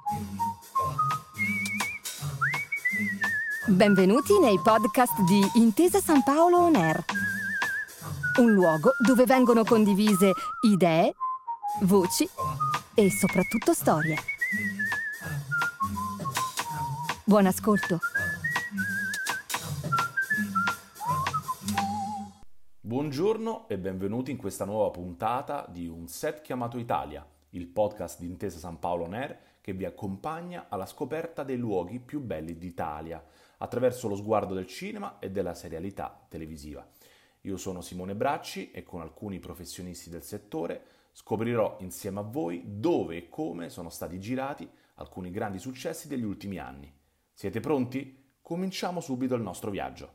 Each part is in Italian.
Benvenuti nei podcast di Intesa San Paolo On Air, un luogo dove vengono condivise idee, voci e soprattutto storie. Buon ascolto. Buongiorno e benvenuti in questa nuova puntata di Un Set chiamato Italia, il podcast di Intesa San Paolo On Air che vi accompagna alla scoperta dei luoghi più belli d'Italia, attraverso lo sguardo del cinema e della serialità televisiva. Io sono Simone Bracci e con alcuni professionisti del settore scoprirò insieme a voi dove e come sono stati girati alcuni grandi successi degli ultimi anni. Siete pronti? Cominciamo subito il nostro viaggio.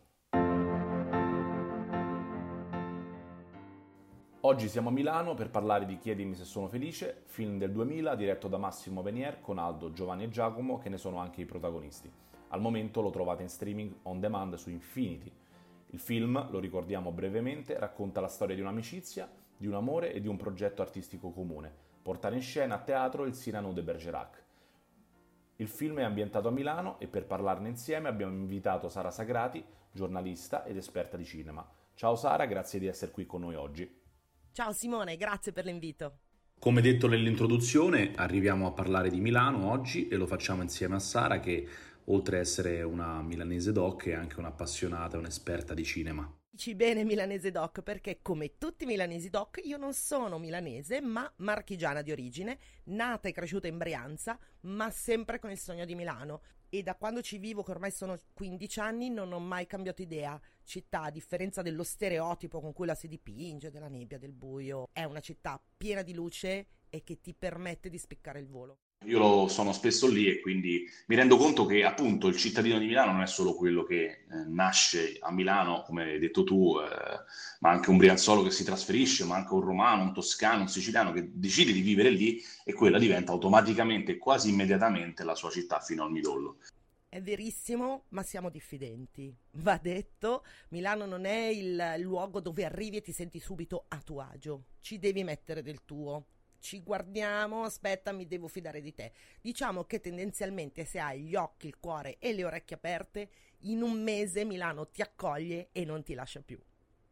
Oggi siamo a Milano per parlare di Chiedimi se sono felice, film del 2000 diretto da Massimo Venier con Aldo, Giovanni e Giacomo che ne sono anche i protagonisti. Al momento lo trovate in streaming on demand su Infinity. Il film, lo ricordiamo brevemente, racconta la storia di un'amicizia, di un amore e di un progetto artistico comune, portare in scena a teatro il Cyrano de Bergerac. Il film è ambientato a Milano e per parlarne insieme abbiamo invitato Sara Sagrati, giornalista ed esperta di cinema. Ciao Sara, grazie di essere qui con noi oggi. Ciao Simone, grazie per l'invito. Come detto nell'introduzione, arriviamo a parlare di Milano oggi e lo facciamo insieme a Sara che, oltre a essere una milanese doc, è anche un'appassionata e un'esperta di cinema. Dici bene milanese doc, perché come tutti i milanesi doc io non sono milanese ma marchigiana di origine, nata e cresciuta in Brianza, ma sempre con il sogno di Milano. E da quando ci vivo, che ormai sono 15 anni, non ho mai cambiato idea. Città, a differenza dello stereotipo con cui la si dipinge, della nebbia, del buio, è una città piena di luce e che ti permette di spiccare il volo. Io sono spesso lì e quindi mi rendo conto che appunto il cittadino di Milano non è solo quello che nasce a Milano, come hai detto tu, ma anche un brianzolo che si trasferisce, ma anche un romano, un toscano, un siciliano che decide di vivere lì e quella diventa automaticamente, quasi immediatamente, la sua città fino al midollo. È verissimo, ma siamo diffidenti. Va detto, Milano non è il luogo dove arrivi e ti senti subito a tuo agio. Ci devi mettere del tuo. Ci guardiamo, aspetta, mi devo fidare di te. Diciamo che tendenzialmente se hai gli occhi, il cuore e le orecchie aperte, in un mese Milano ti accoglie e non ti lascia più.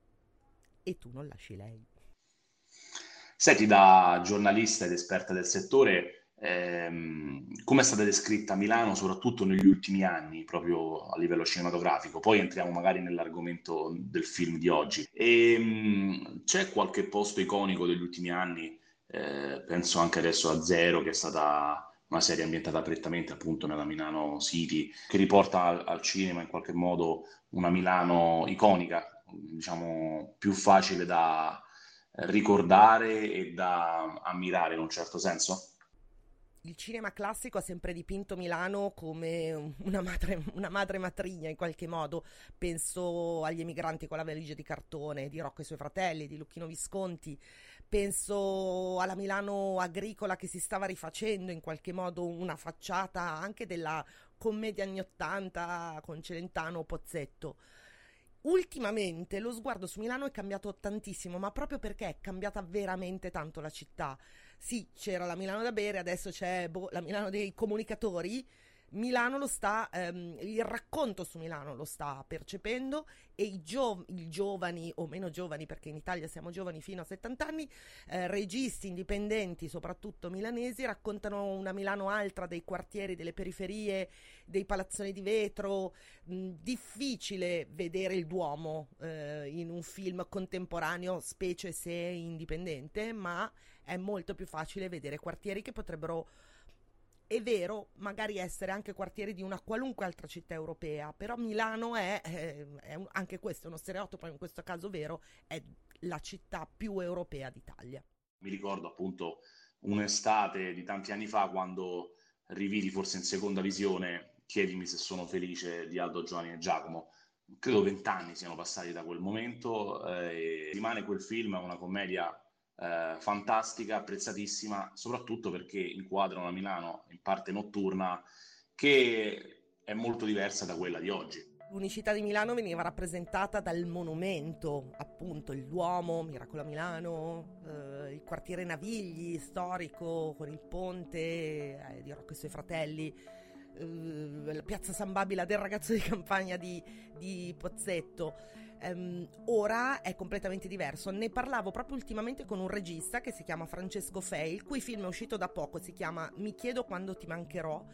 E tu non lasci lei. Senti, da giornalista ed esperta del settore, come è stata descritta Milano, soprattutto negli ultimi anni, proprio a livello cinematografico? Poi entriamo magari nell'argomento del film di oggi. C'è qualche posto iconico degli ultimi anni? Penso anche adesso a Zero, che è stata una serie ambientata prettamente appunto nella Milano City, che riporta al cinema in qualche modo una Milano iconica, diciamo più facile da ricordare e da ammirare in un certo senso. Il cinema classico ha sempre dipinto Milano come una madre matrigna in qualche modo. Penso agli emigranti con la valigia di cartone, di Rocco e i suoi fratelli, di Luchino Visconti. Penso alla Milano agricola che si stava rifacendo in qualche modo una facciata anche della commedia anni '80 con Celentano o Pozzetto. Ultimamente lo sguardo su Milano è cambiato tantissimo, ma proprio perché è cambiata veramente tanto la città. Sì, c'era la Milano da bere, adesso c'è la Milano dei comunicatori. Milano lo sta, il racconto su Milano lo sta percependo e i giovani o meno giovani, perché in Italia siamo giovani fino a 70 anni, registi indipendenti, soprattutto milanesi, raccontano una Milano altra, dei quartieri, delle periferie, dei palazzoni di vetro. Difficile vedere il Duomo in un film contemporaneo, specie se è indipendente, ma è molto più facile vedere quartieri che potrebbero, è vero, magari essere anche quartieri di una qualunque altra città europea, però Milano anche questo è uno stereotipo, in questo caso vero, è la città più europea d'Italia. Mi ricordo appunto un'estate di tanti anni fa quando rividi forse in seconda visione Chiedimi se sono felice di Aldo, Giovanni e Giacomo. Credo 20 anni siano passati da quel momento e rimane quel film una commedia fantastica, apprezzatissima, soprattutto perché inquadra una Milano in parte notturna che è molto diversa da quella di oggi. L'unicità di Milano veniva rappresentata dal monumento, appunto il Duomo, Miracolo a Milano, il quartiere Navigli, storico, con il ponte di Rocco e i suoi fratelli, la piazza San Babila del ragazzo di campagna di Pozzetto. Ora è completamente diverso. Ne parlavo proprio ultimamente con un regista che si chiama Francesco Fei, il cui film è uscito da poco, si chiama Mi chiedo quando ti mancherò,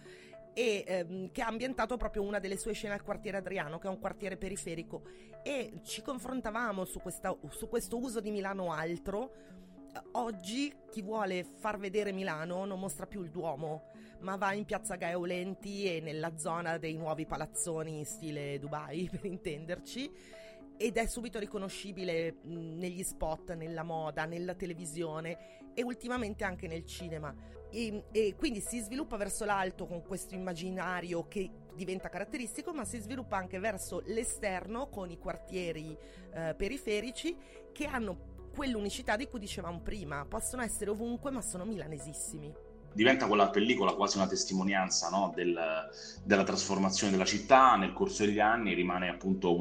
e che ha ambientato proprio una delle sue scene al quartiere Adriano, che è un quartiere periferico, e ci confrontavamo su questo uso di Milano altro. Oggi chi vuole far vedere Milano non mostra più il Duomo, ma va in piazza Gaeolenti e nella zona dei nuovi palazzoni stile Dubai, per intenderci, ed è subito riconoscibile negli spot, nella moda, nella televisione e ultimamente anche nel cinema. E quindi si sviluppa verso l'alto con questo immaginario che diventa caratteristico, ma si sviluppa anche verso l'esterno con i quartieri periferici, che hanno quell'unicità di cui dicevamo prima. Possono essere ovunque, ma sono milanesissimi. Diventa quella pellicola quasi una testimonianza, no, della trasformazione della città nel corso degli anni. Rimane appunto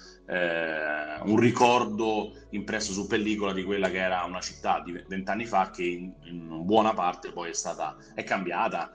un ricordo impresso su pellicola di quella che era una città di 20 anni fa, che in buona parte poi è cambiata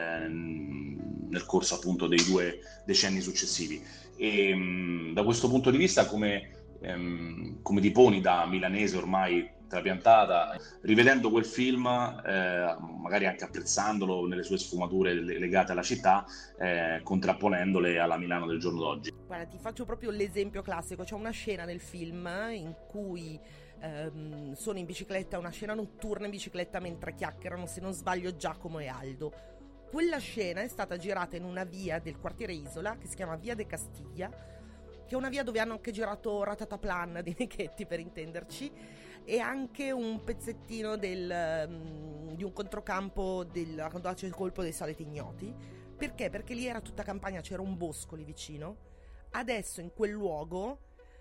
nel corso appunto dei 2 decenni successivi. E da questo punto di vista come ti poni da milanese ormai trapiantata, rivedendo quel film, magari anche apprezzandolo nelle sue sfumature legate alla città, contrapponendole alla Milano del giorno d'oggi? Guarda, ti faccio proprio l'esempio classico. C'è una scena nel film in cui sono in bicicletta, una scena notturna in bicicletta mentre chiacchierano, se non sbaglio, Giacomo e Aldo. Quella scena è stata girata in una via del quartiere Isola che si chiama Via de Castiglia, che è una via dove hanno anche girato Ratatataplan di Michetti, per intenderci, e anche un pezzettino di un controcampo quando c'è il colpo dei Soliti Ignoti. Perché? Perché lì era tutta campagna, c'era un bosco lì vicino. Adesso in quel luogo,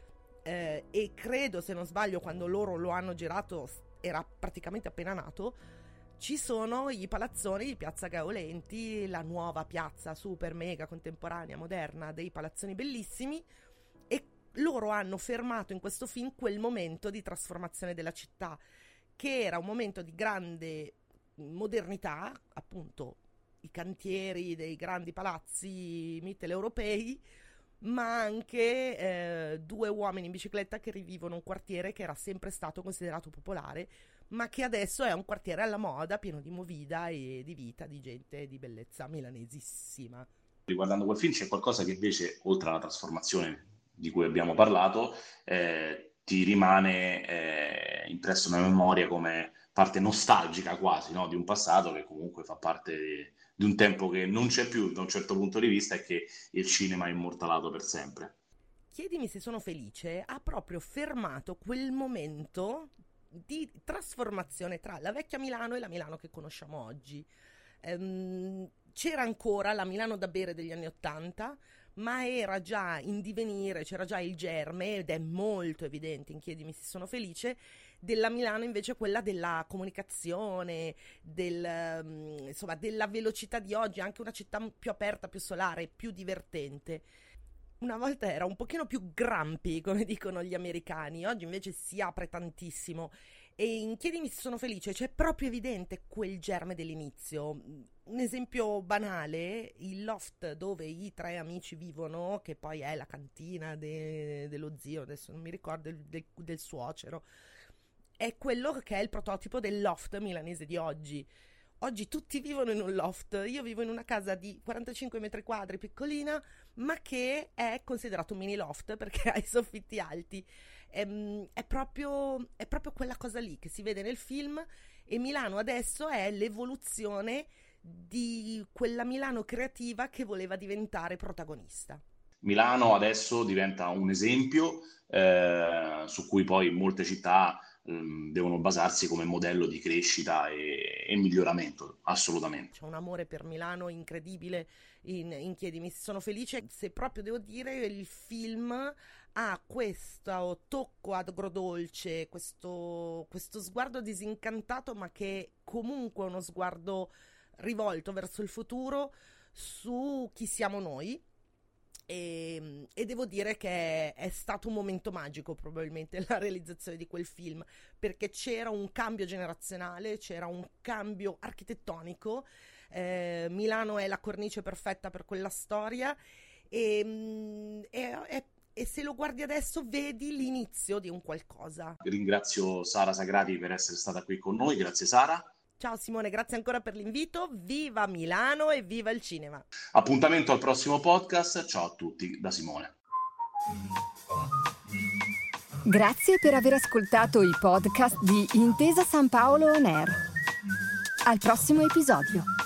e credo, se non sbaglio, quando loro lo hanno girato era praticamente appena nato, ci sono i palazzoni di piazza Gaeolenti, la nuova piazza super mega contemporanea, moderna, dei palazzoni bellissimi. E loro hanno fermato in questo film quel momento di trasformazione della città, che era un momento di grande modernità, appunto i cantieri dei grandi palazzi mitteleuropei, ma anche 2 uomini in bicicletta che rivivono un quartiere che era sempre stato considerato popolare, ma che adesso è un quartiere alla moda, pieno di movida e di vita, di gente di bellezza milanesissima. Riguardando quel film c'è qualcosa che invece, oltre alla trasformazione di cui abbiamo parlato, ti rimane impresso nella memoria come parte nostalgica quasi, no? Di un passato che comunque fa parte di un tempo che non c'è più da un certo punto di vista e che il cinema ha immortalato per sempre. Chiedimi se sono felice ha proprio fermato quel momento di trasformazione tra la vecchia Milano e la Milano che conosciamo oggi. C'era ancora la Milano da bere degli anni '80, ma era già in divenire, c'era già il germe, ed è molto evidente in Chiedimi se sono felice, della Milano invece quella della comunicazione, insomma, della velocità di oggi, anche una città più aperta, più solare, più divertente. Una volta era un pochino più grumpy, come dicono gli americani, oggi invece si apre tantissimo. E in Chiedimi se sono felice c'è proprio evidente quel germe dell'inizio. Un esempio banale, il loft dove i 3 amici vivono, che poi è la cantina dello zio, adesso non mi ricordo, del suocero, è quello che è il prototipo del loft milanese di oggi. Oggi tutti vivono in un loft. Io vivo in una casa di 45 metri quadri, piccolina, ma che è considerato un mini loft perché ha i soffitti alti. È proprio quella cosa lì che si vede nel film, e Milano adesso è l'evoluzione di quella Milano creativa che voleva diventare protagonista. Milano adesso diventa un esempio su cui poi molte città devono basarsi come modello di crescita e miglioramento, assolutamente. C'è un amore per Milano incredibile in Chiedimi se sono felice. Se proprio devo dire, il film ha questo tocco agrodolce, questo sguardo disincantato, ma che comunque è uno sguardo rivolto verso il futuro, su chi siamo noi, E devo dire che è stato un momento magico probabilmente la realizzazione di quel film, perché c'era un cambio generazionale, c'era un cambio architettonico. Milano è la cornice perfetta per quella storia e se lo guardi adesso vedi l'inizio di un qualcosa. Ringrazio Sara Sagrati per essere stata qui con noi, grazie Sara. Ciao Simone, grazie ancora per l'invito, viva Milano e viva il cinema. Appuntamento al prossimo podcast, ciao a tutti da Simone. Grazie per aver ascoltato i podcast di Intesa San Paolo On Air. Al prossimo episodio.